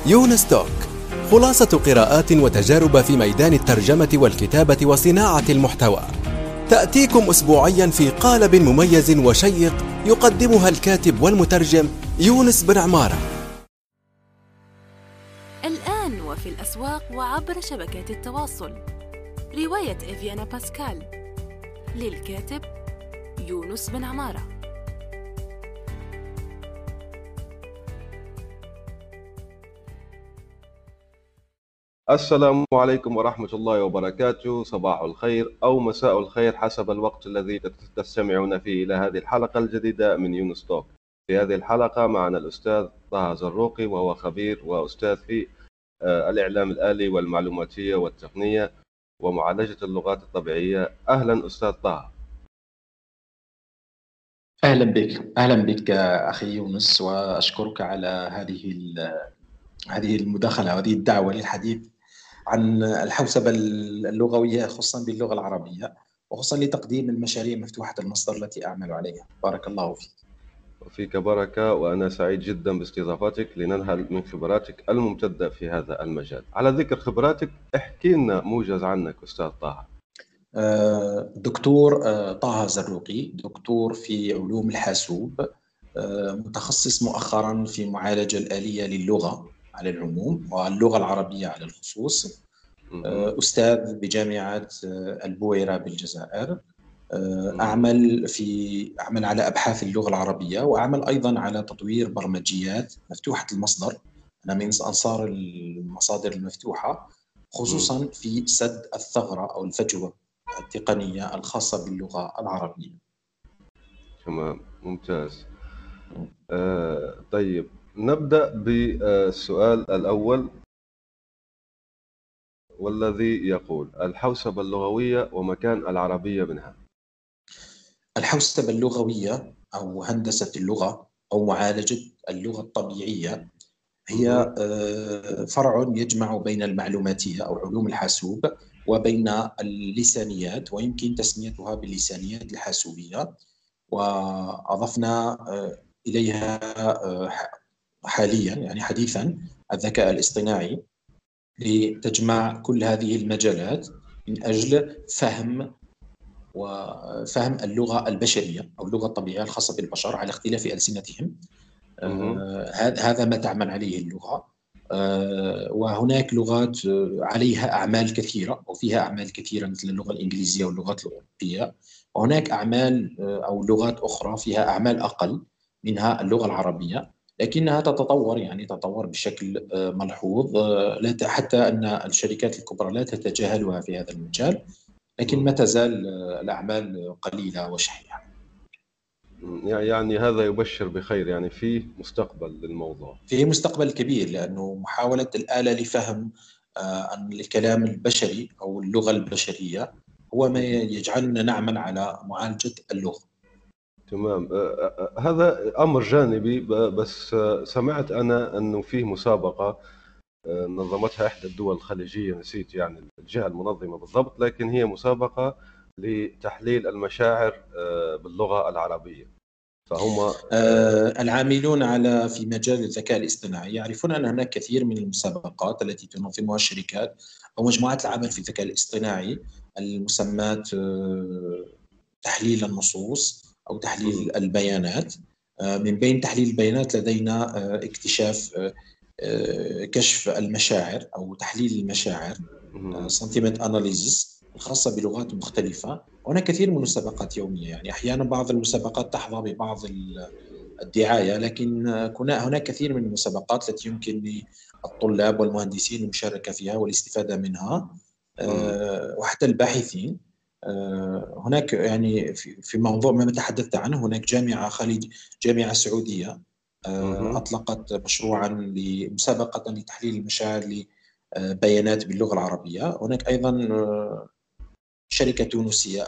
يونس توك، خلاصة قراءات وتجارب في ميدان الترجمة والكتابة وصناعة المحتوى، تأتيكم أسبوعيا في قالب مميز وشيق يقدمها الكاتب والمترجم يونس بن عمارة. الآن وفي الأسواق وعبر شبكات التواصل، رواية إفيانا باسكال للكاتب يونس بن عمارة. السلام عليكم ورحمة الله وبركاته، صباح الخير أو مساء الخير حسب الوقت الذي تستمعون فيه إلى هذه الحلقة الجديدة من يونس توك. في هذه الحلقة معنا الأستاذ طه زروقي، وهو خبير وأستاذ في الإعلام الآلي والمعلوماتية والتقنية ومعالجة اللغات الطبيعية. أهلا أستاذ طه. أهلا بك أخي يونس، وأشكرك على هذه المداخلة وهذه الدعوة للحديث عن الحوسبة اللغوية، خصوصا باللغة العربية، وخصوصا لتقديم المشاريع مفتوحة المصدر التي أعمل عليها. بارك الله فيك. وفيك بركة، وأنا سعيد جدا باستضافتك لننهل من خبراتك الممتدة في هذا المجال. على ذكر خبراتك، احكي لنا موجز عنك أستاذ طه. دكتور طه زروقي، دكتور في علوم الحاسوب، متخصص مؤخرا في معالجة الآلية للغة على العموم واللغة العربية على الخصوص. أستاذ بجامعة البويرة بالجزائر. أعمل على أبحاث اللغة العربية، وأعمل أيضا على تطوير برمجيات مفتوحة المصدر. أنا من أنصار المصادر المفتوحة، خصوصا في سد الثغرة أو الفجوة التقنية الخاصة باللغة العربية. تمام، ممتاز. طيب، نبدأ بالسؤال الأول، والذي يقول: الحوسبة اللغوية ومكان العربية منها. الحوسبة اللغوية أو هندسة اللغة أو معالجة اللغة الطبيعية هي فرع يجمع بين المعلوماتية أو علوم الحاسوب وبين اللسانيات، ويمكن تسميتها باللسانيات الحاسوبية، وأضفنا إليها حاليا يعني حديثا الذكاء الاصطناعي، لتجمع كل هذه المجالات من أجل فهم اللغة البشرية أو اللغة الطبيعية الخاصة بالبشر على اختلاف ألسنتهم. هذا ما تعمل عليه اللغة. وهناك لغات عليها أعمال كثيرة أو فيها أعمال كثيرة، مثل اللغة الإنجليزية واللغات الأوروبية، وهناك أعمال أو لغات أخرى فيها أعمال أقل منها اللغة العربية، لكنها تتطور بشكل ملحوظ، حتى أن الشركات الكبرى لا تتجاهلها في هذا المجال، لكن ما تزال الأعمال قليلة وشحيحة. يعني هذا يبشر بخير، يعني فيه مستقبل للموضوع، فيه مستقبل كبير، لأنه محاولة الآلة لفهم الكلام البشري أو اللغة البشرية هو ما يجعلنا نعمل على معالجة اللغة. تمام. هذا أمر جانبي، بس سمعت أنا أنه فيه مسابقة نظمتها إحدى الدول الخليجية، نسيت يعني الجهة المنظمة بالضبط، لكن هي مسابقة لتحليل المشاعر باللغة العربية. فهم العاملون في مجال الذكاء الاصطناعي يعرفون أن هناك كثير من المسابقات التي تنظمها الشركات أو مجموعات العمل في الذكاء الاصطناعي، المسمات تحليل النصوص أو تحليل البيانات. من بين تحليل البيانات لدينا اكتشاف كشف المشاعر أو تحليل المشاعر، sentiment analysis، الخاصة بلغات مختلفة. وهناك كثير من المسابقات يومية، يعني أحيانا بعض المسابقات تحظى ببعض الدعاية، لكن هناك كثير من المسابقات التي يمكن للطلاب والمهندسين المشاركة فيها والاستفادة منها، وحتى الباحثين. هناك يعني في موضوع ما تحدثت عنه، هناك جامعة سعودية أطلقت مشروعا لمسابقة لتحليل المشاعر لبيانات باللغة العربية. هناك أيضا شركة تونسية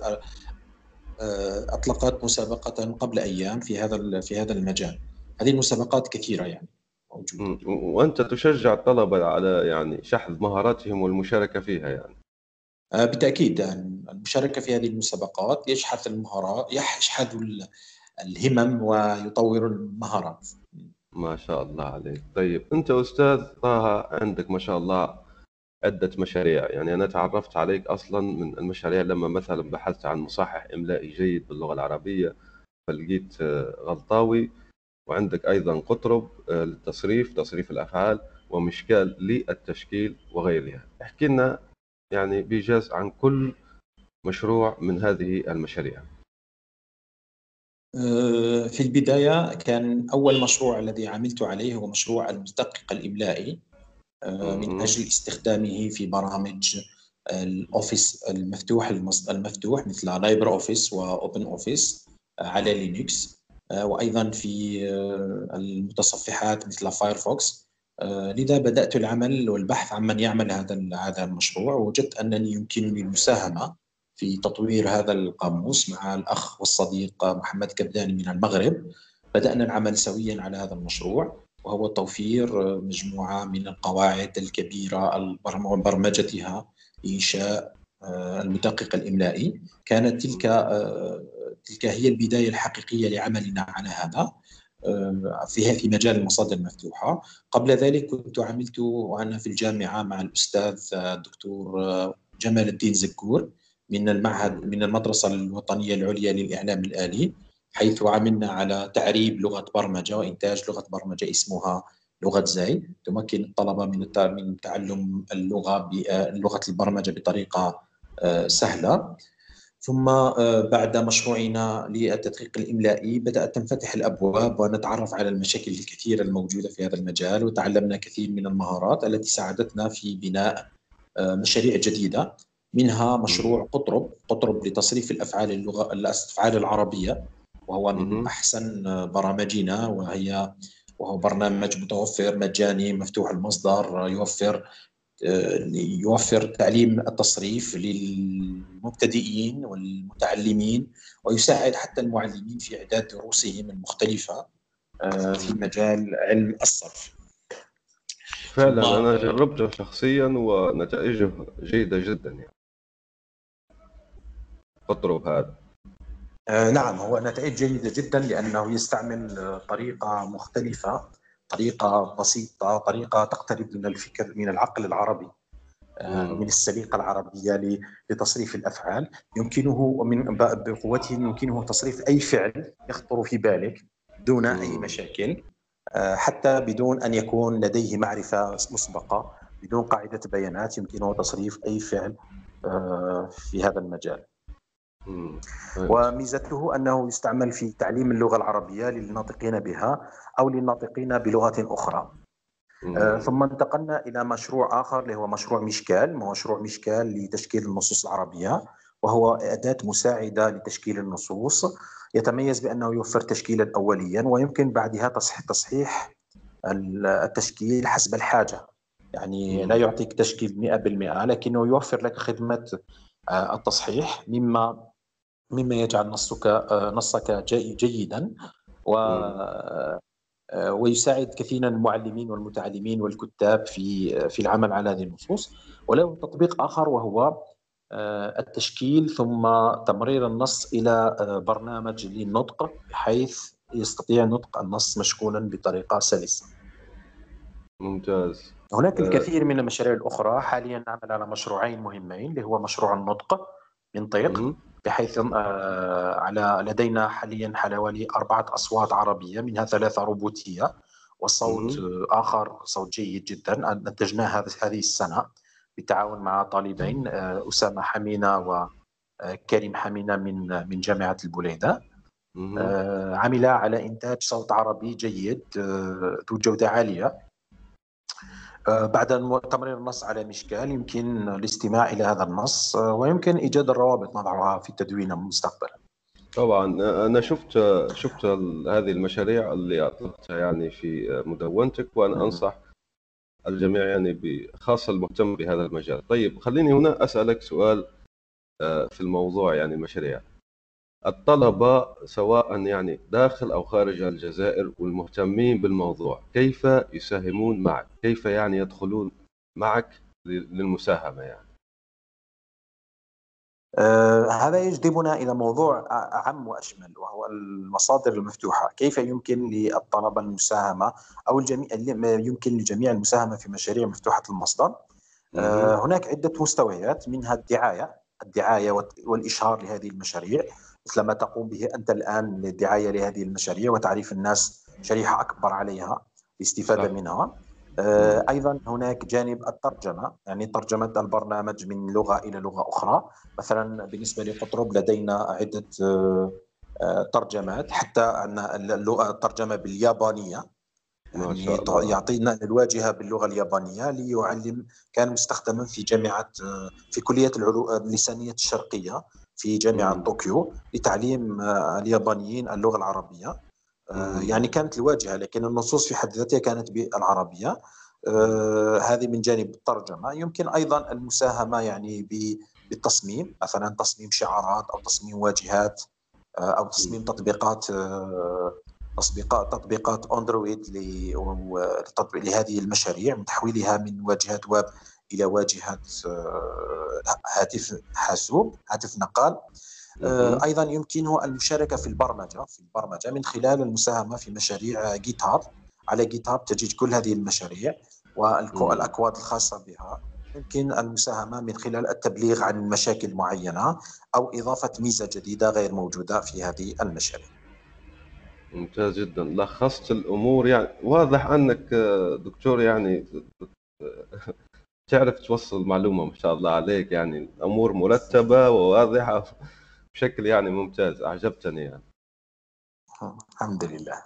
أطلقت مسابقة قبل أيام في هذا المجال. هذه المسابقات كثيرة يعني موجودة. وأنت تشجع الطلبة على يعني شحذ مهاراتهم والمشاركة فيها يعني؟ بالتأكيد، المشاركة في هذه المسابقات يشحذ المهارات، يشحذ الهمم ويطور المهارات. ما شاء الله عليك. طيب أنت أستاذ طه عندك ما شاء الله عدة مشاريع، يعني أنا تعرفت عليك أصلا من المشاريع لما مثلا بحثت عن مصحح إملائي جيد باللغة العربية، فلقيت غلطاوي، وعندك أيضا قطرب للتصريف، تصريف الأفعال، ومشكال للتشكيل وغيرها. احكي لنا يعني بإيجاز عن كل مشروع من هذه المشاريع. في البداية كان أول مشروع الذي عملت عليه هو مشروع المدقق الإملائي، من مهم. أجل استخدامه في برامج الأوفيس المفتوح مثل لايبر أوفيس وأوبن أوفيس على لينكس، وأيضا في المتصفحات مثل فايرفوكس. لذا بدأت العمل والبحث عن من يعمل هذا المشروع، ووجدت أنني يمكنني المساهمة في تطوير هذا القاموس مع الأخ والصديق محمد كبداني من المغرب. بدأنا العمل سويا على هذا المشروع، وهو توفير مجموعة من القواعد الكبيرة وبرمجتها لإنشاء المدقق الإملائي. كانت تلك هي البداية الحقيقية لعملنا على هذا في مجال المصادر المفتوحة. قبل ذلك كنت عملت وأنا في الجامعة مع الأستاذ الدكتور جمال الدين زكور من من المدرسة الوطنية العليا للإعلام الآلي، حيث عملنا على تعريب لغة برمجة وإنتاج لغة برمجة اسمها لغة زاي، تمكن الطلبة من تعلم لغة البرمجة بطريقة سهلة. ثم بعد مشروعنا للتدقيق الإملائي بدأت تنفتح الأبواب ونتعرف على المشاكل الكثيرة الموجودة في هذا المجال، وتعلمنا كثير من المهارات التي ساعدتنا في بناء مشاريع جديدة، منها مشروع قطرب لتصريف الأفعال العربية، وهو من مهم. أحسن برامجنا، وهو برنامج متوفر مجاني مفتوح المصدر، يوفر تعليم التصريف للمبتدئين والمتعلمين، ويساعد حتى المعلمين في إعداد دروسهم المختلفة في مجال علم الصرف. ثم فعلا أنا جربته شخصيا ونتائجه جيدة جدا، يعني قطرب هذا. نعم، هو نتائج جيدة جدا لأنه يستعمل طريقة مختلفة، طريقة بسيطة، طريقة تقترب من الفكر، من العقل العربي، من السليقة العربية لتصريف الأفعال. يمكنه بقوته يمكنه تصريف أي فعل يخطر في بالك دون أي مشاكل، حتى بدون أن يكون لديه معرفة مسبقة، بدون قاعدة بيانات يمكنه تصريف أي فعل في هذا المجال. فهمت. وميزته أنه يستعمل في تعليم اللغة العربية للناطقين بها أو للناطقين بلغة أخرى. ثم انتقلنا إلى مشروع آخر اللي هو مشروع مشكال لتشكيل النصوص العربية، وهو أداة مساعدة لتشكيل النصوص، يتميز بأنه يوفر تشكيلا أوليا ويمكن بعدها تصحيح التشكيل حسب الحاجة. يعني لا يعطيك تشكيل 100%، لكنه يوفر لك خدمة التصحيح، مما يجعل نصك جيدا، ويساعد كثيرا المعلمين والمتعلمين والكتاب في العمل على هذه النصوص. وله تطبيق آخر وهو التشكيل ثم تمرير النص إلى برنامج للنطق، بحيث يستطيع نطق النص مشكولا بطريقة سلسة. ممتاز. هناك الكثير من المشاريع الأخرى. حاليا نعمل على مشروعين مهمين، اللي هو مشروع النطق من طيق، بحيث لدينا حاليا حوالي 4 أصوات عربية، منها 3 روبوتية وصوت آخر صوت جيد جدا أنتجناه هذه السنة بالتعاون مع طالبين، أسامة حمينة وكريم حمينة من جامعة البوليدة. عملا على إنتاج صوت عربي جيد ذو جودة عالية. بعد تمرير النص على مشكال يمكن الاستماع إلى هذا النص، ويمكن إيجاد الروابط نضعها في تدوينه مستقبلا. طبعا أنا شفت هذه المشاريع اللي أطلقتها يعني في مدونتك، وأنا أنصح الجميع يعني بخاصة المهتم بهذا المجال. طيب خليني هنا أسألك سؤال في الموضوع، يعني المشاريع الطلبة سواء يعني داخل أو خارج الجزائر والمهتمين بالموضوع، كيف يساهمون معك؟ كيف يعني يدخلون معك للمساهمة يعني؟ هذا يجذبنا إلى موضوع أعم وأشمل، وهو المصادر المفتوحة. كيف يمكن للطلبة المساهمة أو الجميع، يمكن للجميع المساهمة في مشاريع مفتوحة المصدر؟ هناك عدة مستويات، منها الدعاية والإشهار لهذه المشاريع، مثل ما تقوم به أنت الآن للدعاية لهذه المشاريع وتعريف الناس شريحة أكبر عليها الاستفادة منها. أيضا هناك جانب الترجمة، يعني ترجمة البرنامج من لغة إلى لغة أخرى. مثلا بالنسبة لقطرب لدينا عدة ترجمات، حتى أن اللغة الترجمة باليابانية، يعني يعطينا الواجهة باللغة اليابانية ليعلم. كان مستخدما في جامعة، في كلية العلوم اللسانية الشرقية في جامعة طوكيو لتعليم اليابانيين اللغة العربية. يعني كانت الواجهة، لكن النصوص في حد ذاتها كانت بالعربية. هذه من جانب الترجمة. يمكن أيضا المساهمة يعني بالتصميم، مثلا تصميم شعارات أو تصميم واجهات أو تصميم تطبيقات أندرويد لهذه المشاريع، من تحويلها من واجهة ويب إلى واجهة هاتف حاسوب، هاتف نقال. أيضا يمكنه المشاركة في البرمجة من خلال المساهمة في مشاريع جيت هاب. على جيت هاب تجد كل هذه المشاريع والأكواد الخاصة بها. يمكن المساهمة من خلال التبليغ عن مشاكل معينة أو إضافة ميزة جديدة غير موجودة في هذه المشاريع. ممتاز جدا، لخصت الأمور. يعني واضح أنك دكتور يعني تعرف توصل معلومة، ما شاء الله عليك. يعني الأمور مرتبة وواضحة بشكل يعني ممتاز، أعجبتني يعني. الحمد لله.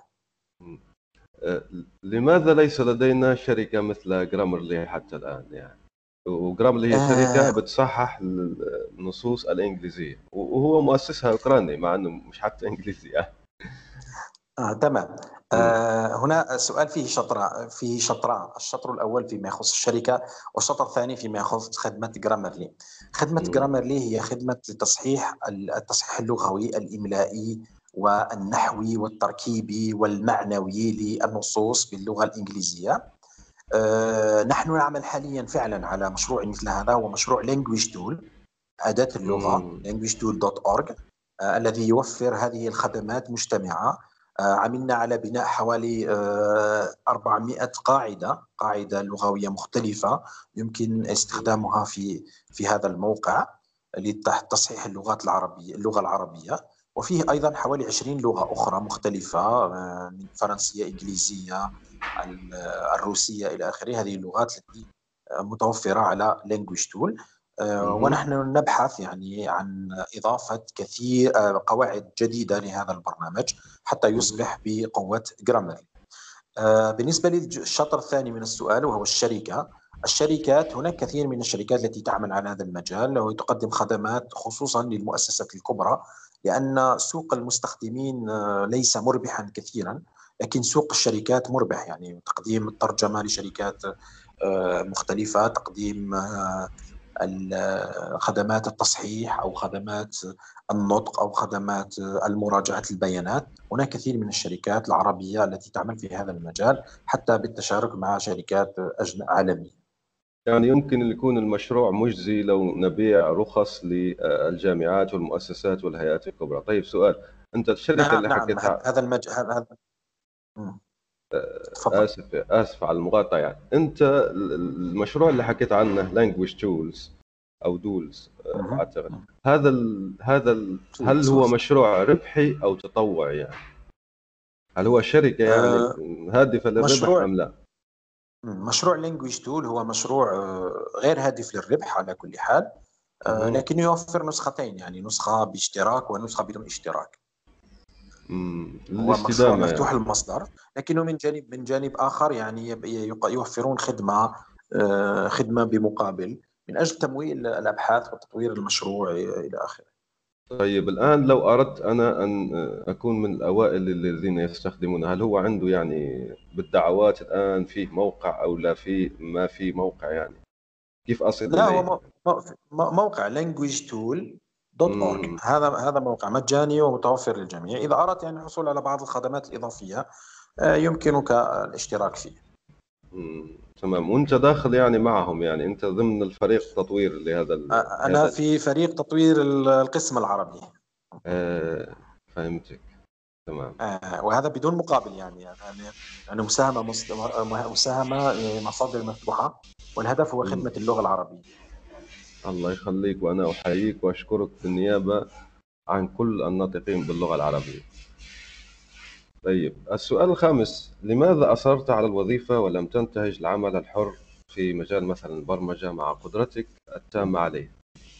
لماذا ليس لدينا شركة مثل جرامرلي حتى الآن؟ يعني وجرامرلي هي شركة بتصحح النصوص الإنجليزية، وهو مؤسسها أوكراني مع أنه مش حتى إنجليزي يعني. تمام. هنا سؤال فيه شطران. الشطر الأول فيما يخص الشركة، والشطر الثاني فيما يخص خدمة جرامرلي. خدمة جرامرلي هي خدمة التصحيح اللغوي الإملائي والنحوي والتركيبي والمعنوي للنصوص باللغة الإنجليزية. نحن نعمل حاليا فعلا على مشروع مثل هذا، هو مشروع Language Tool، أداة اللغة languagetool.org، الذي يوفر هذه الخدمات مجتمعة. عملنا على بناء حوالي 400 قاعدة لغوية مختلفة يمكن استخدامها في هذا الموقع لتصحيح اللغة العربية. وفيه أيضا حوالي 20 لغة أخرى مختلفة، من فرنسية، إنجليزية، الروسية إلى آخره. هذه اللغات التي متوفرة على Language Tool. ونحن نبحث يعني عن إضافة كثير قواعد جديدة لهذا البرنامج حتى يصبح بقوة جرامرلي. بالنسبة للشطر الثاني من السؤال، وهو الشركات، هناك كثير من الشركات التي تعمل على هذا المجال وتقدم خدمات خصوصا للمؤسسات الكبرى، لأن سوق المستخدمين ليس مربحا كثيرا، لكن سوق الشركات مربح. يعني تقديم الترجمة لشركات مختلفة، تقديم خدمات التصحيح أو خدمات النطق أو خدمات المراجعة البيانات. هناك كثير من الشركات العربية التي تعمل في هذا المجال، حتى بالتشارك مع شركات عالمية. يعني يمكن أن يكون المشروع مجزي لو نبيع رخص للجامعات والمؤسسات والهيئات الكبرى. طيب سؤال، أنت الشركة اللي حكيت هذا المجال آسف على المقاطعة. يعني أنت المشروع اللي حكيت عنه Language Tools أو دولز أعتقد، هل هو مشروع ربحي أو تطوعي؟ يعني هل هو شركة يعني هادفة للربح أم لا؟ مشروع Language Tool هو مشروع غير هادف للربح على كل حال، لكن يوفر نسختين، يعني نسخة باشتراك ونسخة بدون اشتراك. هو مشروع مفتوح يعني المصدر، لكنه من جانب آخر يعني يوفرون خدمة بمقابل من أجل تمويل الأبحاث وتطوير المشروع إلى آخره. طيب الآن لو أردت أنا أن أكون من الأوائل الذين يستخدمونه، هل هو عنده يعني بالدعوات الآن فيه موقع أو ما في موقع؟ يعني كيف أصل لا، إليه؟ هو موقع languagetool.org. هذا موقع مجاني ومتوفر للجميع. إذا أردت يعني الحصول على بعض الخدمات الإضافية يمكنك الاشتراك فيه. تمام. وانت داخل يعني معهم، يعني انت ضمن الفريق تطوير أنا لهذا في فريق تطوير القسم العربي. آه، فهمتك. تمام. وهذا بدون مقابل، يعني مساهمة مصادر مفتوحة، والهدف هو مم. خدمة اللغة العربية. الله يخليك، وانا احييك واشكرك بالنيابة عن كل الناطقين باللغة العربية. طيب، السؤال الخامس: لماذا أصرت على الوظيفة ولم تنتهج العمل الحر في مجال مثلا البرمجة مع قدرتك التامة عليه؟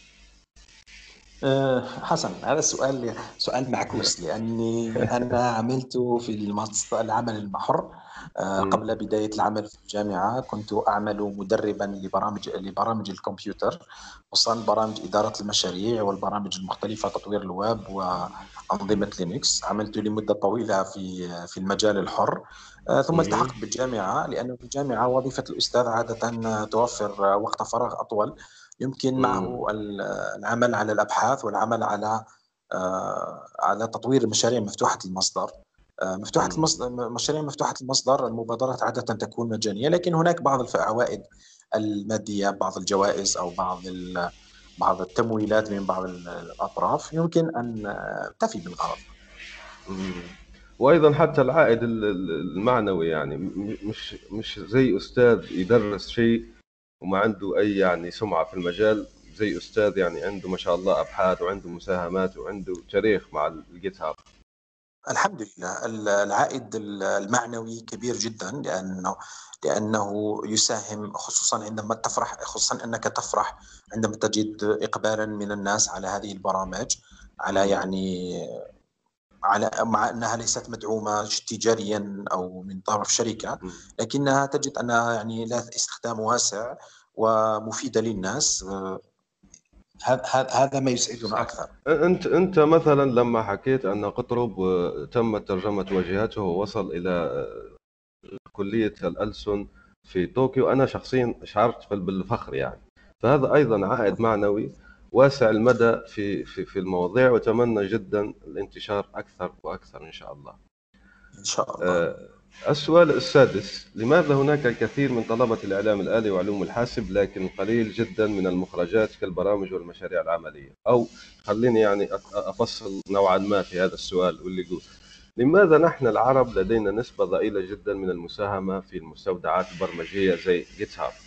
حسن، هذا سؤال معكوس، لأني أنا عملت في العمل الحر. مم. قبل بداية العمل في الجامعة كنت أعمل مدربا لبرامج الكمبيوتر، خصوصا برامج إدارة المشاريع والبرامج المختلفة، تطوير الويب وأنظمة لينكس. عملت لمدة طويلة في المجال الحر. ثم مم. التحقت بالجامعة، لأن في الجامعة وظيفة الأستاذ عادة توفر وقت فراغ أطول، يمكن مم. معه العمل على الأبحاث والعمل على تطوير المشاريع مفتوحة المصدر. مم. مشاريع مفتوحة المصدر، المبادرات عادة تكون مجانية، لكن هناك بعض العوائد المادية، بعض الجوائز، أو بعض التمويلات من بعض الأطراف يمكن أن تفي بالغرض. مم. وأيضا حتى العائد المعنوي، يعني مش زي أستاذ يدرس شيء وما عنده أي يعني سمعة في المجال، زي أستاذ يعني عنده ما شاء الله أبحاث وعنده مساهمات وعنده تاريخ مع الجيت هاب. الحمد لله، العائد المعنوي كبير جدا، لأنه يساهم، خصوصا أنك تفرح عندما تجد إقبالا من الناس على هذه البرامج، على مم. يعني على مع أنها ليست مدعومة تجاريا أو من طرف شركة، مم. لكنها تجد أنها يعني لها استخدام واسع ومفيدة للناس. هذا ما يسعدنا صح. أكثر. انت مثلا لما حكيت ان قطرب تمت ترجمه واجهاته ووصل الى كليه الألسن في طوكيو، انا شخصيا شعرت بالفخر يعني. فهذا ايضا عائد معنوي واسع المدى في المواضيع، واتمنى جدا الانتشار اكثر واكثر ان شاء الله. إن شاء الله. آه، السؤال السادس: لماذا هناك الكثير من طلبة الإعلام الآلي وعلوم الحاسب لكن القليل جدا من المخرجات كالبرامج والمشاريع العملية؟ أو خليني يعني أفصل نوعا ما في هذا السؤال، واللي يقول: لماذا نحن العرب لدينا نسبة ضئيلة جدا من المساهمة في المستودعات البرمجية زي جيت هاب؟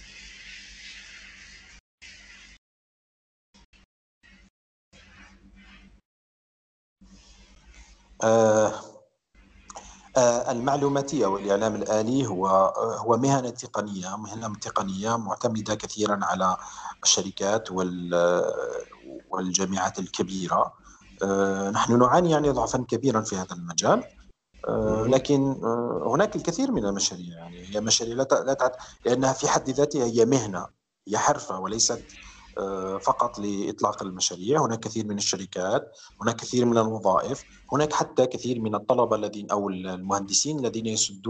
آه المعلوماتية والإعلام الآلي هو مهنة تقنية معتمدة كثيرا على الشركات والجامعات الكبيرة. نحن نعاني يعني ضعفا كبيرا في هذا المجال. مهم. لكن هناك الكثير من المشاريع، يعني هي مشاريع لأنها في حد ذاتها هي مهنة، هي حرفة وليست فقط لإطلاق المشاريع. هناك كثير من الشركات، هناك كثير من الوظائف، هناك حتى كثير من الطلبة الذين أو المهندسين الذين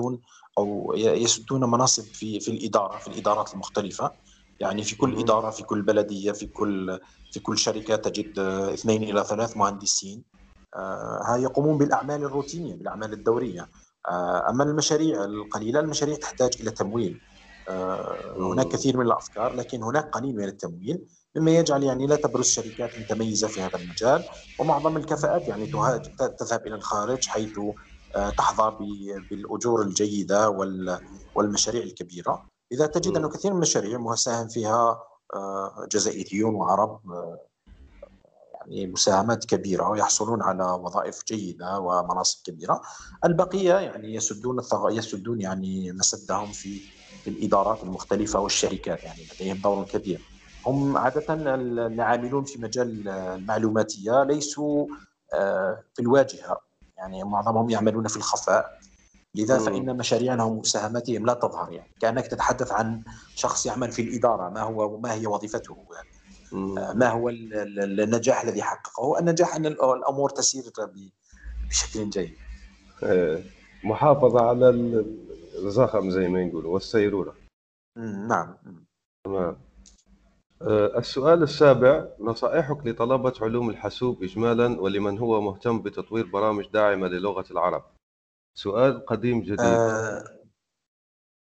يسدون مناصب في الإدارة، في الإدارات المختلفة. يعني في كل مهم. إدارة، في كل بلدية، في كل شركة تجد 2 إلى 3 مهندسين يقومون بالأعمال الروتينية، بالأعمال الدورية. أما المشاريع القليلة، المشاريع تحتاج إلى تمويل. هناك مم. كثير من الأفكار لكن هناك قليل من التمويل، مما يجعل يعني لا تبرز شركات متميزة في هذا المجال. ومعظم الكفاءات يعني تذهب إلى الخارج، حيث تحظى بالأجور الجيدة والمشاريع الكبيرة. إذا تجد أن مم. كثير من المشاريع مساهم فيها جزائريون وعرب، يعني مساهمات كبيرة ويحصلون على وظائف جيدة ومناصب كبيرة. البقية يعني يسدون يعني مسدهم في الإدارات المختلفة والشركات، يعني لديهم دور كبير. هم عادة العاملون في مجال المعلوماتية ليسوا في الواجهة، يعني معظمهم يعملون في الخفاء. لذا مم. فإن مشاريعهم ومساهماتهم لا تظهر، يعني كأنك تتحدث عن شخص يعمل في الإدارة، ما هي وظيفته، يعني مم. ما هو النجاح الذي حققه؟ النجاح أن الأمور تسير بشكل جيد. آه، محافظة على الزخم زي ما يقولوا والسيرورة. نعم. تمام. السؤال السابع: نصائحك لطلبة علوم الحاسوب إجمالا ولمن هو مهتم بتطوير برامج داعمة للغة العرب. سؤال قديم جديد. آه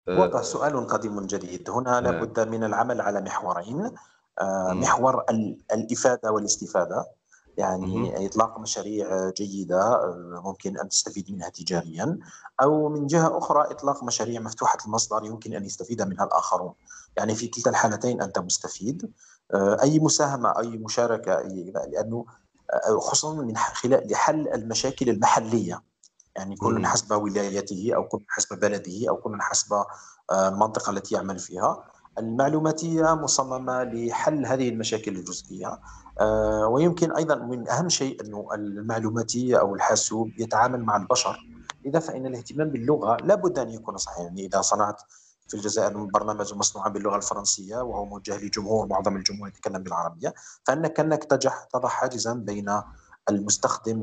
واضح، سؤال قديم جديد. هنا نعم. لابد من العمل على محورين. مم. محور الإفادة والاستفادة، مهم. يعني إطلاق مشاريع جيدة ممكن أن تستفيد منها تجاريا، أو من جهة أخرى إطلاق مشاريع مفتوحة المصدر يمكن أن يستفيد منها الآخرون. يعني في كلتا الحالتين أنت مستفيد. أي مساهمة، أي مشاركة، لأنه خصوصا من خلال لحل المشاكل المحلية، يعني كل مم. حسب ولايته، أو كل حسب بلده، أو كل حسب المنطقة التي يعمل فيها. المعلوماتية مصممة لحل هذه المشاكل الجزئية. ويمكن أيضا من أهم شيء أنه المعلوماتية أو الحاسوب يتعامل مع البشر. لذا فإن الاهتمام باللغة لابد أن يكون صحيحا. يعني إذا صنعت في الجزائر برنامج مصنوعا باللغة الفرنسية وهو موجه لجمهور، معظم الجمهور يتكلم بالعربية، فإنك كأنك تضع حاجزا بين المستخدم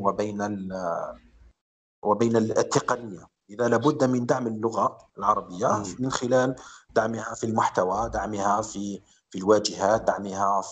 وبين التقنية. إذا لابد من دعم اللغة العربية مم. من خلال دعمها في المحتوى، دعمها في الواجهات، دعمها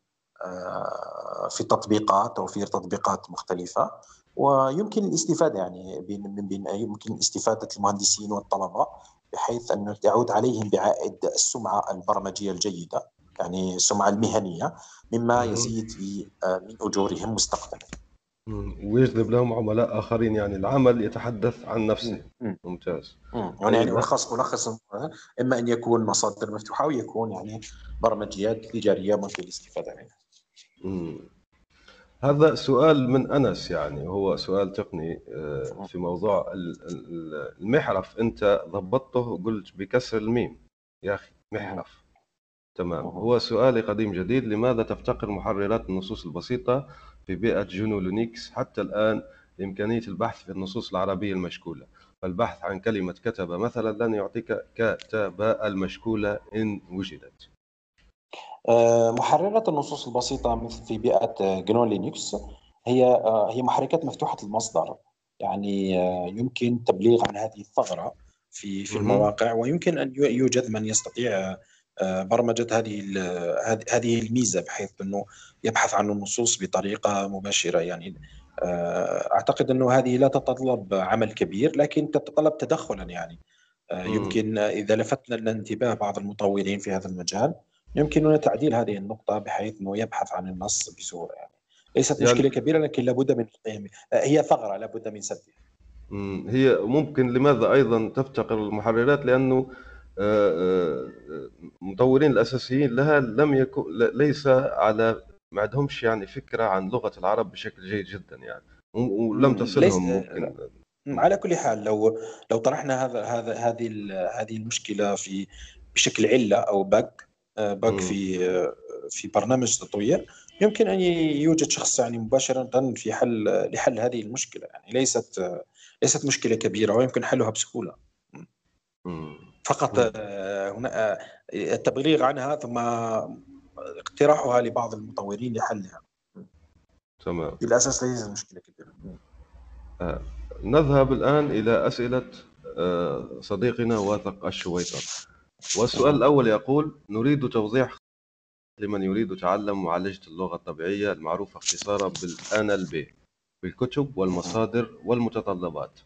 في التطبيقات، توفير تطبيقات مختلفة. ويمكن الاستفادة، يعني من بين يمكن استفادة المهندسين والطلبة، بحيث أن يعود عليهم بعائد السمعة البرمجية الجيدة، يعني السمعة المهنية، مما مهم. يزيد من أجورهم مستقبلا. ويجذب لهم عملاء آخرين، يعني العمل يتحدث عن نفسه. ممتاز. يعني طيب. ألخص إما أن يكون مصادر مفتوحة، أو يكون يعني برمجيات تجارية ممكن الاستفادة منها. مم. هذا سؤال من أنس، يعني هو سؤال تقني في موضوع المحرف. أنت ضبطته، قلت بكسر الميم يا أخي محرف. تمام. هو سؤالي قديم جديد: لماذا تفتقر محررات النصوص البسيطة في بيئة جنو لينكس حتى الآن لإمكانية البحث في النصوص العربية المشكولة؟ فالبحث عن كلمة كتب مثلا لن يعطيك كتب المشكولة إن وجدت. محررات النصوص البسيطة مثل في بيئة جنو لينكس هي محركات مفتوحة المصدر. يعني يمكن التبليغ عن هذه الثغرة في مهم. المواقع، ويمكن أن يوجد من يستطيع برمجة هذه الميزة، بحيث أنه يبحث عن النصوص بطريقة مباشرة. يعني أعتقد أنه هذه لا تتطلب عمل كبير، لكن تتطلب تدخلا. يعني مم. يمكن إذا لفتنا الانتباه بعض المطورين في هذا المجال، يمكننا تعديل هذه النقطة بحيث أنه يبحث عن النص بسهولة. يعني ليست يعني مشكلة كبيرة، لكن لابد من القيام. هي ثغرة لابد من سدها. هي ممكن. لماذا أيضا تفتقر المحررات؟ لأنه المطورين الأساسيين لها لم يكن ليس على ما عندهمش يعني فكرة عن لغة العرب بشكل جيد جدا يعني، ولم ليس تصلهم ممكن. على كل حال، لو طرحنا هذه المشكلة بشكل علة أو باك مم. في برنامج تطوير، يمكن أن يوجد شخص يعني مباشرة لحل هذه المشكلة. يعني ليست مشكلة كبيرة، ويمكن حلها بسهولة. مم. فقط مم. هنا التبليغ عنها، ثم اقتراحها لبعض المطورين لحلها. تمام. بالأساس ليست مشكلة كبيرة. آه. نذهب الآن إلى أسئلة صديقنا واثق الشويطر. والسؤال الأول يقول: نريد توضيح لمن يريد تعلم معالجة اللغة الطبيعية المعروفة اختصارا بالNLP بالكتب والمصادر والمتطلبات.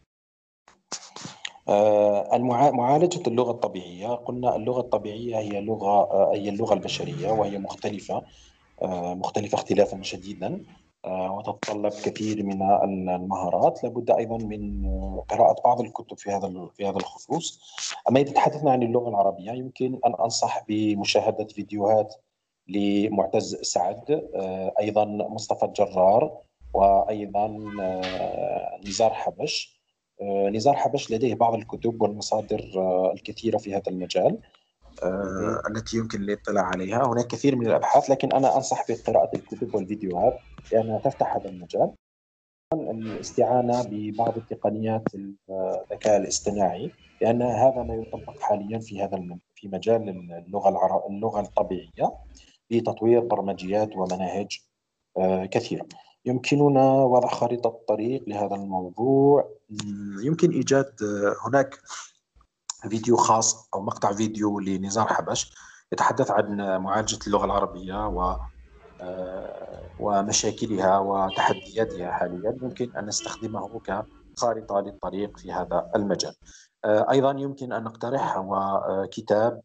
معالجة اللغة الطبيعية، قلنا اللغة الطبيعية هي اللغة البشرية، وهي مختلفة اختلافا شديدا، وتتطلب كثير من المهارات. لابد أيضا من قراءة بعض الكتب في هذا الخصوص. أما إذا تحدثنا عن اللغة العربية، يمكن أن أنصح بمشاهدة فيديوهات لمعتز سعد، أيضا مصطفى الجرار، وأيضا نزار حبش. نزار حبش لديه بعض الكتب والمصادر الكثيرة في هذا المجال، مهم. التي يمكن الاطلاع عليها. هناك كثير من الأبحاث، لكن أنا أنصح بقراءة الكتب والفيديوهات لأنها تفتح هذا المجال. الاستعانة ببعض التقنيات الذكاء الاصطناعي، لأن هذا ما يطبق حاليا في مجال اللغة الطبيعية، لتطوير برمجيات ومناهج كثيرة. يمكننا وضع خريطة طريق لهذا الموضوع. يمكن إيجاد هناك فيديو خاص أو مقطع فيديو لنزار حبش يتحدث عن معالجة اللغة العربية ومشاكلها وتحدياتها حاليا. يمكن أن نستخدمه كخارطة للطريق في هذا المجال. أيضا يمكن أن نقترح هو كتاب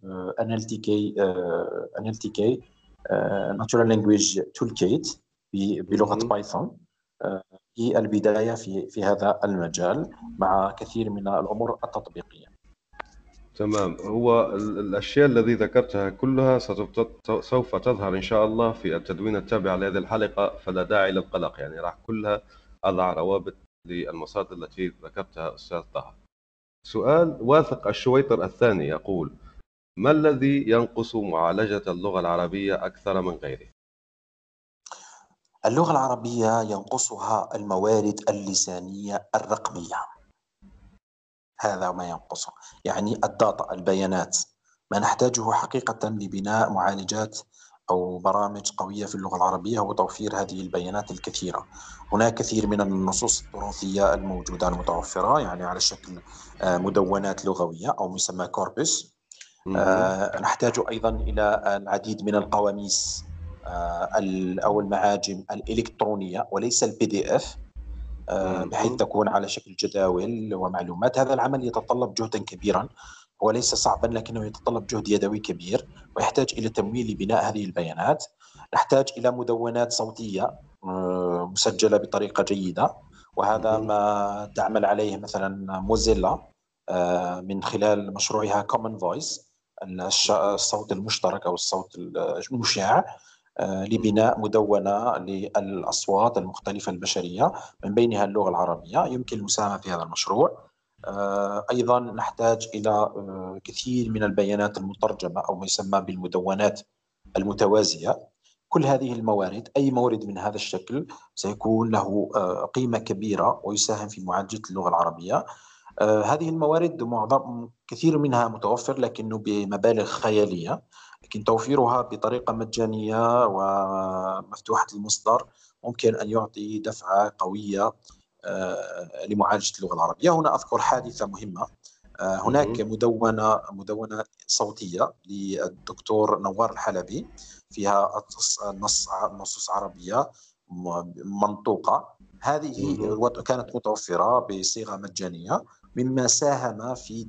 NLTK Natural Language Toolkit بلغة مهم. بايثون في البداية في هذا المجال مع كثير من الأمور التطبيقية. تمام. هو الأشياء الذي ذكرتها كلها سوف تظهر إن شاء الله في التدوين التابع لهذه الحلقة، فلا داعي للقلق، يعني راح كلها أضع روابط للمصادر التي ذكرتها أستاذ طه. سؤال واثق الشويطر الثاني يقول: ما الذي ينقص معالجة اللغة العربية أكثر من غيره؟ اللغة العربية ينقصها الموارد اللسانية الرقمية، هذا ما ينقصه، يعني الداتا، البيانات. ما نحتاجه حقيقة لبناء معالجات أو برامج قوية في اللغة العربية هو توفير هذه البيانات الكثيرة. هناك كثير من النصوص التراثية الموجودة المتوفرة، يعني على شكل مدونات لغوية أو يسمى كوربس. مهم. نحتاج أيضا إلى العديد من القواميس أو المعاجم الإلكترونية وليس الPDF، بحيث مهم. تكون على شكل جداول ومعلومات. هذا العمل يتطلب جهدا كبيرا، هو ليس صعبا لكنه يتطلب جهد يدوي كبير ويحتاج إلى تمويل لبناء هذه البيانات. نحتاج إلى مدونات صوتية مسجلة بطريقة جيدة، وهذا مهم. ما تعمل عليه مثلا موزيلا من خلال مشروعها Common Voice، الصوت المشترك أو الصوت المشاع، لبناء مدونة للأصوات المختلفة البشرية من بينها اللغة العربية. يمكن المساهمة في هذا المشروع. أيضا نحتاج إلى كثير من البيانات المترجمة أو ما يسمى بالمدونات المتوازية. كل هذه الموارد، أي مورد من هذا الشكل سيكون له قيمة كبيرة ويساهم في معالجة اللغة العربية. هذه الموارد كثير منها متوفر لكنه بمبالغ خيالية، لكن توفيرها بطريقة مجانية ومفتوحة المصدر ممكن أن يعطي دفعة قوية لمعالجة اللغة العربية. هنا أذكر حادثة مهمة. هناك مهم. مدونة صوتية للدكتور نوار الحلبي فيها نصوص عربية منطوقة. هذه مهم. كانت متوفرة بصيغة مجانية، مما ساهم في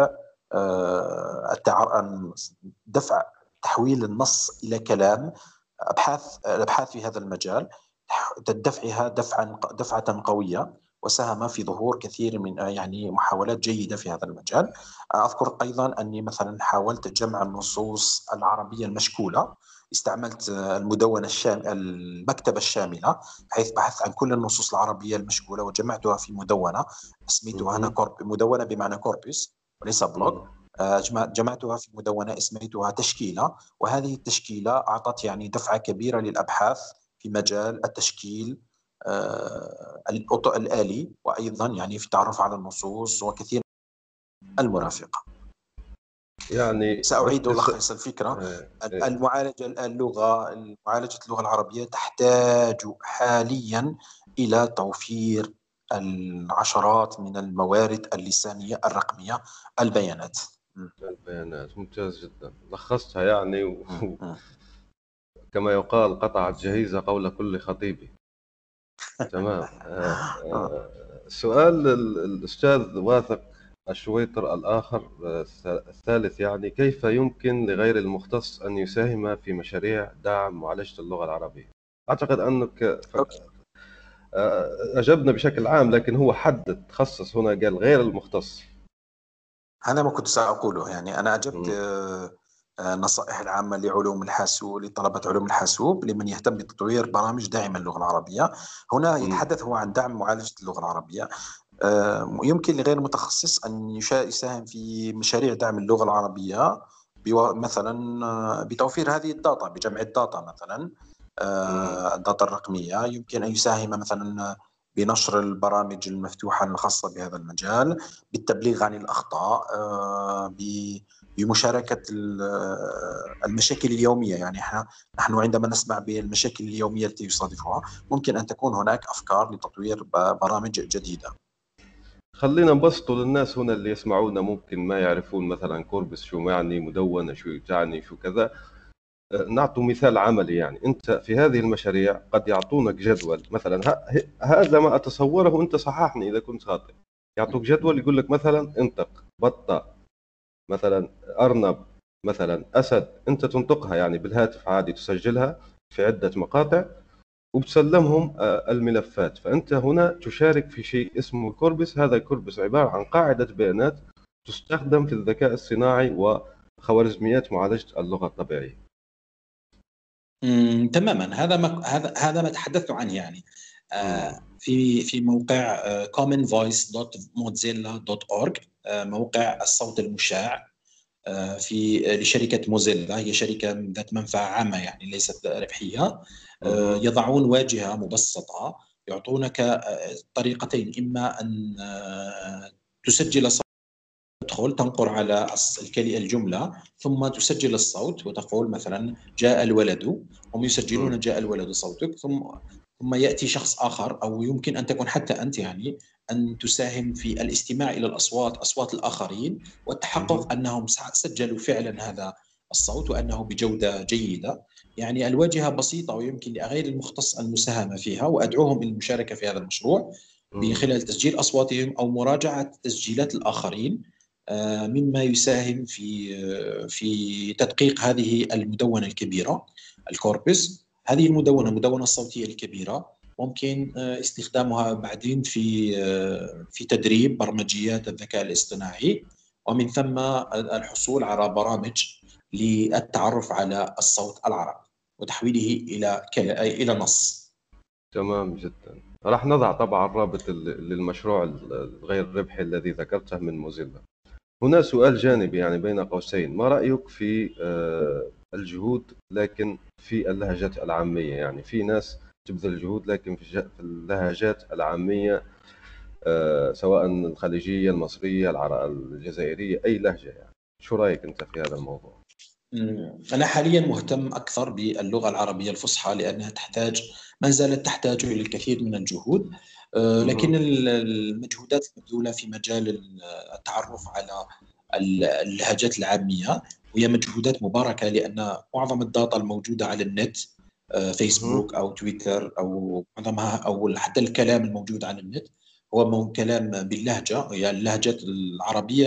دفع تحويل النص إلى كلام. الأبحاث في هذا المجال دفعها دفعة قوية، وساهم في ظهور كثير من يعني محاولات جيدة في هذا المجال. أذكر أيضا أني مثلا حاولت جمع النصوص العربية المشكولة، استعملت المكتبة الشاملة، حيث بحثت عن كل النصوص العربية المشكولة وجمعتها في مدونة اسميتها أنا مهم. مدونة بمعنى كوربس وليس بلوك. مهم. جمعتها في مدونة اسميتها تشكيلة، وهذه التشكيلة أعطت يعني دفعة كبيرة للأبحاث في مجال التشكيل الآلي، وأيضا يعني في التعرف على النصوص وكثير المرافقة. يعني سأعيد لخص الفكرة. معالجة اللغة العربية تحتاج حاليا إلى توفير العشرات من الموارد اللسانية الرقمية، البيانات. البيانات ممتاز جدا، لخصتها يعني كما يقال قطعت جهيزة قول كل خطيب. تمام. سؤال الأستاذ واثق الشويطر الآخر الثالث، يعني كيف يمكن لغير المختص أن يساهم في مشاريع دعم معالجة اللغة العربية؟ أعتقد أنك أجبنا بشكل عام، لكن هو حدد تخصص هنا، قال غير المختص. أنا ما كنت سأقوله، يعني أنا أجبت النصائح العامة لعلوم الحاسوب، لطلبة علوم الحاسوب، لمن يهتم بتطوير برامج داعمة للغة العربية. هنا يتحدث هو عن دعم معالجة اللغة العربية. يمكن لغير المتخصص أن يساهم في مشاريع دعم اللغة العربية، مثلا بتوفير هذه الداتا، بجمع الداتا مثلا، الداتا الرقمية. يمكن أن يساهم مثلا بنشر البرامج المفتوحة الخاصة بهذا المجال، بالتبليغ عن الأخطاء، بمشاركة المشاكل اليومية. يعني نحن عندما نسمع بالمشاكل اليومية التي يصادفها، ممكن أن تكون هناك أفكار لتطوير برامج جديدة. خلينا نبسطوا للناس هنا اللي يسمعونا، ممكن ما يعرفون مثلا كوربس شو معني، مدونة شو تعني، شو كذا. نعطوا مثال عملي. يعني أنت في هذه المشاريع قد يعطونك جدول مثلا، هذا ما أتصوره، أنت صححني إذا كنت خاطئ. يعطوك جدول يقول لك مثلا انطق بطة، مثلا أرنب، مثلا أسد، أنت تنطقها يعني بالهاتف عادي، تسجلها في عدة مقاطع وبتسلمهم الملفات. فأنت هنا تشارك في شيء اسمه كوربس. هذا الكوربس عبارة عن قاعدة بيانات تستخدم في الذكاء الصناعي وخوارزميات معالجة اللغة الطبيعية. تماما، هذا ما تحدثت عنه يعني. مم. في موقع commonvoice.mozilla.org، موقع الصوت المشاع في لشركة موزيلا. هي شركة ذات منفعة عامة يعني ليست ربحية. مم. يضعون واجهة مبسطة، يعطونك طريقتين: إما أن تسجل صوت، تدخل تنقر على الجملة ثم تسجل الصوت وتقول مثلا جاء الولد، هم مم. يسجلون جاء الولد صوتك، ثم يأتي شخص آخر، أو يمكن أن تكون حتى أنت يعني، أن تساهم في الاستماع إلى أصوات الآخرين مم. والتحقق أنهم سجلوا فعلا هذا الصوت وأنه بجودة جيدة. يعني الواجهة بسيطة ويمكن لغير المختص المساهمة فيها، وأدعوهم إلى المشاركة في هذا المشروع مم. بخلال تسجيل أصواتهم أو مراجعة تسجيلات الآخرين، مما يساهم في تدقيق هذه المدونة الكبيرة، الكوربس. هذه المدونة الصوتية الكبيرة ممكن استخدامها بعدين في تدريب برمجيات الذكاء الاصطناعي، ومن ثم الحصول على برامج للتعرف على الصوت العربي وتحويله إلى نص. تمام جدا. راح نضع طبعا رابط للمشروع الغير ربحي الذي ذكرته من موزيلا. هنا سؤال جانبي يعني بين قوسين: ما رأيك في الجهود لكن في اللهجات العامية؟ يعني في ناس تبذل جهود لكن في اللهجات العامية، سواء الخليجية، المصرية، الجزائرية، أي لهجة يعني. شو رأيك أنت في هذا الموضوع؟ أنا حاليا مهتم أكثر باللغة العربية الفصحى، لأنها ما زالت تحتاج إلى الكثير من الجهود. لكن مهم. المجهودات المبذولة في مجال التعرف على اللهجات العامية وهي مجهودات مباركة، لأن معظم الداتا الموجودة على النت، مهم. فيسبوك أو تويتر أو معظمها، أو حتى الكلام الموجود على النت هو كلام باللهجة. هي اللهجات العربية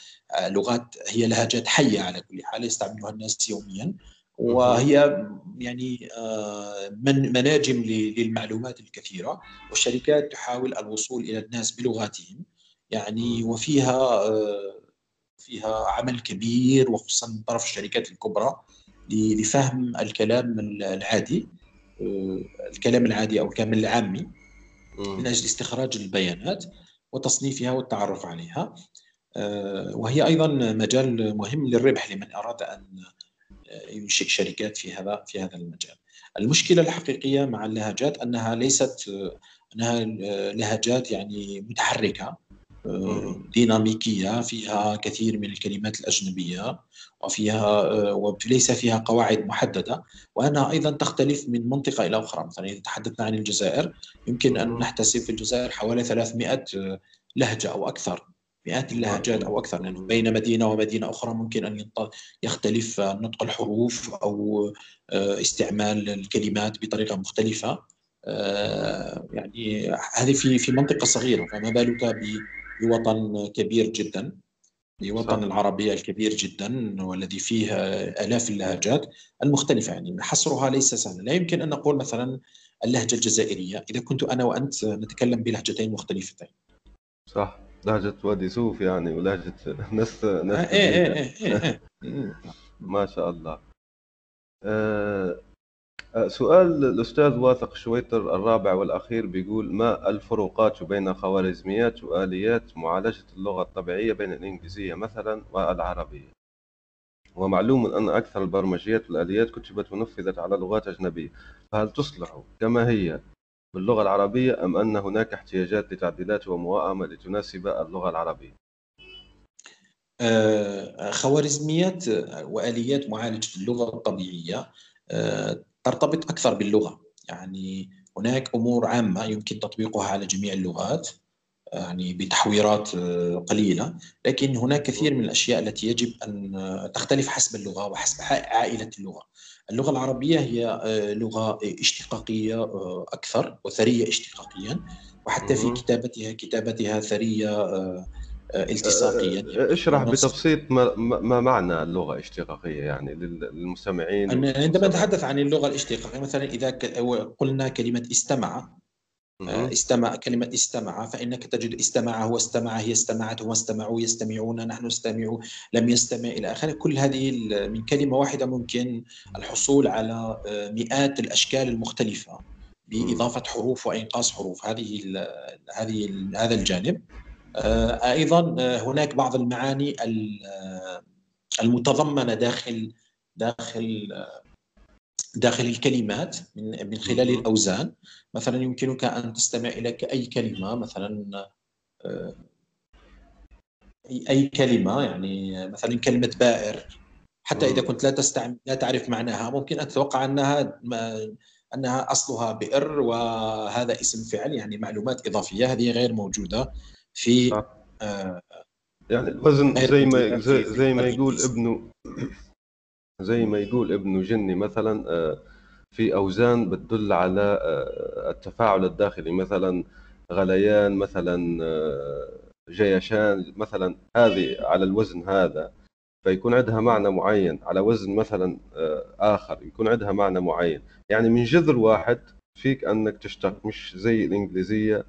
هي لهجات حية على كل حال يستعملها الناس يوميا، مهم. وهي يعني مناجم للمعلومات الكثيرة، والشركات تحاول الوصول إلى الناس بلغاتهم يعني. مهم. فيها عمل كبير، وخصوصا من طرف الشركات الكبرى، لفهم الكلام العادي، الكلام العادي أو الكلام العامي، من مهم. أجل استخراج البيانات وتصنيفها والتعرف عليها. وهي أيضا مجال مهم للربح لمن أراد أن ينشئ شركات في هذا المجال. المشكلة الحقيقية مع اللهجات أنها لهجات يعني متحركة، مهم. ديناميكية، فيها كثير من الكلمات الأجنبية، وليس فيها قواعد محددة، وأنها أيضا تختلف من منطقة إلى أخرى. مثلا إذا تحدثنا عن الجزائر، يمكن أن مهم. نحتسب في الجزائر حوالي 300 لهجة أو أكثر، مئات ما شاء اللهجات أو الله. أكثر، لأنه مهم. بين مدينة ومدينة أخرى ممكن أن يختلف نطق الحروف أو استعمال الكلمات بطريقة مختلفة. مهم. يعني هذه في منطقة صغيرة، فما بالك بوطن كبير جدا، بوطن صح. العربية الكبير جدا، والذي فيه آلاف اللهجات المختلفة. يعني حصرها ليس سهلا. لا يمكن أن نقول مثلا اللهجة الجزائرية إذا كنت أنا وأنت نتكلم بلهجتين مختلفتين. صح، لهجة وادي سوف يعني، ولهجة ناس إيه تبريد إيه يعني. إيه إيه إيه. ما شاء الله. آه، سؤال الأستاذ واثق شويتر الرابع والأخير بيقول: ما الفروقات بين خوارزميات وآليات معالجة اللغة الطبيعية بين الإنجليزية مثلا والعربية؟ ومعلوم أن أكثر البرمجيات والآليات كتبت ونفذت على لغات أجنبية، فهل تصلح كما هي باللغة العربية، أم أن هناك احتياجات لتعديلات وموائمة لتناسب اللغة العربية؟ خوارزميات وآليات معالجة اللغة الطبيعية ترتبط أكثر باللغة. يعني هناك أمور عامة يمكن تطبيقها على جميع اللغات، يعني بتحويرات قليلة، لكن هناك كثير من الأشياء التي يجب أن تختلف حسب اللغة وحسب عائلة اللغة. اللغة العربية هي لغة اشتقاقية أكثر وثرية اشتقاقيا، وحتى في كتابتها ثرية التصاقيا. اشرح بتبسيط ما معنى اللغة اشتقاقية يعني للمستمعين. عندما نتحدث عن اللغة الاشتقاقية، مثلا إذا قلنا كلمة استمع، كلمة استمع، فإنك تجد استمع، هو استمع، هي استمعت، هم استمعوا، يستمعون، نحن نستمع، لم يستمع، إلى آخره. كل هذه من كلمة واحدة ممكن الحصول على مئات الأشكال المختلفة بإضافة حروف وإنقاص حروف. هذا الجانب. أيضا هناك بعض المعاني المتضمنة داخل الكلمات من خلال الأوزان. مثلا يمكنك أن تستمع إلى أي كلمة، مثلا أي كلمة، يعني مثلا كلمة بائر، حتى إذا كنت لا تعرف معناها، ممكن أن تتوقع أنها أصلها بئر وهذا اسم فعل، يعني معلومات إضافية هذه غير موجودة في يعني الوزن زي ما يقول ابنه جني مثلا في أوزان بتدل على التفاعل الداخلي، مثلا غليان، مثلا جيشان، مثلا هذه على الوزن هذا فيكون عندها معنى معين، على وزن مثلا آخر يكون عندها معنى معين. يعني من جذر واحد فيك أنك تشتق، مش زي الإنجليزية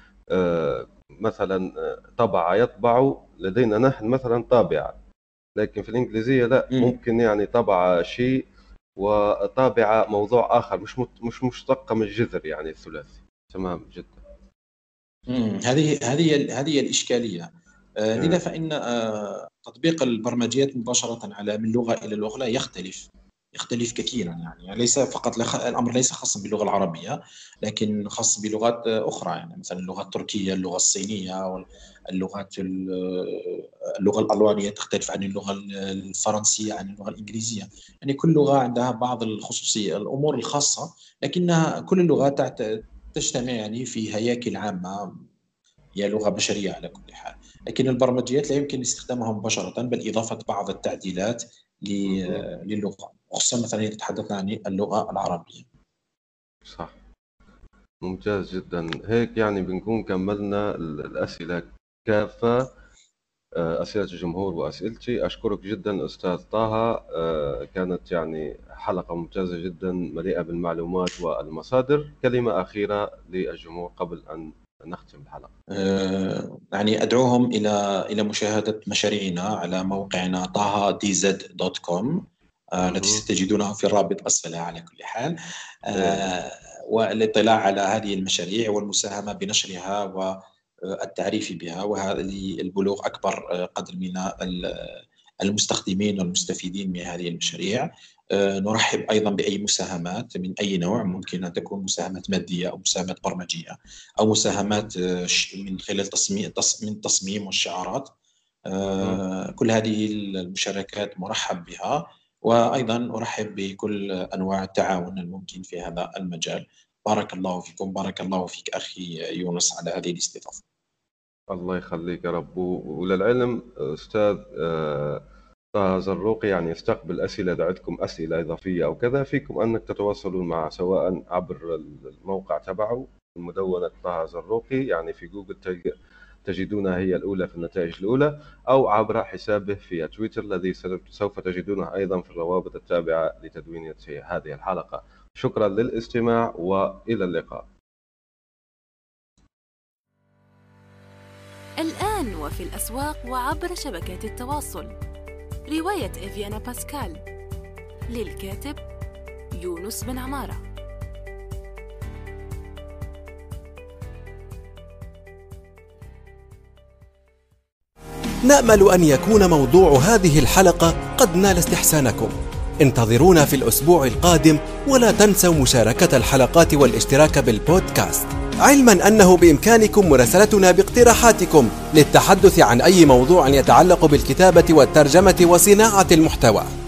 مثلا طبع يطبع، لدينا نحن مثلا طابعة، لكن في الإنجليزية لا، ممكن يعني طبع شيء وطابعة موضوع آخر، مش مشتقة من الجذر يعني الثلاثي. تمام جدا. هذه الإشكالية. لذا فإن تطبيق البرمجيات مباشرة من لغة إلى لغة لا يختلف كثيرا. يعني ليس فقط الأمر ليس خاصا باللغة العربية، لكن خاص بلغات أخرى، يعني مثلا اللغة التركية، اللغة الصينية، اللغة الألمانية تختلف عن اللغة الفرنسية عن اللغة الإنجليزية. يعني كل لغة عندها بعض الخصوصية، الأمور الخاصة، لكنها كل اللغات تجتمع يعني في هياكل عامة، هي لغة بشرية على كل حال. لكن البرمجيات لا يمكن استخدامها مباشرة، بل إضافة بعض التعديلات للغة، خصوصا مثلا إذا تحدثنا عن اللغة العربية. صح، ممتاز جدا. هيك يعني بنكون كملنا الأسئلة كافة، أسئلة الجمهور وأسئلتي. أشكرك جدا أستاذ طه، كانت يعني حلقة ممتازة جدا مليئة بالمعلومات والمصادر. كلمة أخيرة للجمهور قبل أن نختم الحلقة. يعني أدعوهم إلى مشاهدة مشاريعنا على موقعنا tahdz.com التي ستجدونها في الرابط أسفلها على كل حال، والاطلاع على هذه المشاريع والمساهمة بنشرها والتعريف بها، وهذه البلوغ أكبر قدر من المستخدمين والمستفيدين من هذه المشاريع. نرحب أيضا بأي مساهمات من أي نوع، ممكن أن تكون مساهمات مادية أو مساهمات برمجية أو مساهمات من خلال تصميم والشعارات. كل هذه المشاركات مرحب بها، وأيضا أرحب بكل أنواع التعاون الممكن في هذا المجال. بارك الله فيكم، بارك الله فيك أخي يونس على هذه الاستضافة. الله يخليك يا رب. وللعلم أستاذ طه زروقي يعني يستقبل أسئلة، إذا عندكم أسئلة إضافية أو كذا فيكم أنك تتواصلون معه سواء عبر الموقع تبعه المدونة طه زروقي، يعني في جوجل تجدونها هي الأولى في النتائج الأولى، أو عبر حسابه في تويتر الذي سوف تجدونه أيضا في الروابط التابعة لتدوين هذه الحلقة. شكرا للاستماع وإلى اللقاء. الآن وفي الأسواق وعبر شبكات التواصل، رواية إفيانا باسكال للكاتب يونس بن عمارة. نأمل أن يكون موضوع هذه الحلقة قد نال استحسانكم. انتظرونا في الأسبوع القادم، ولا تنسوا مشاركة الحلقات والاشتراك بالبودكاست، علما أنه بإمكانكم مراسلتنا باقتراحاتكم للتحدث عن أي موضوع يتعلق بالكتابة والترجمة وصناعة المحتوى.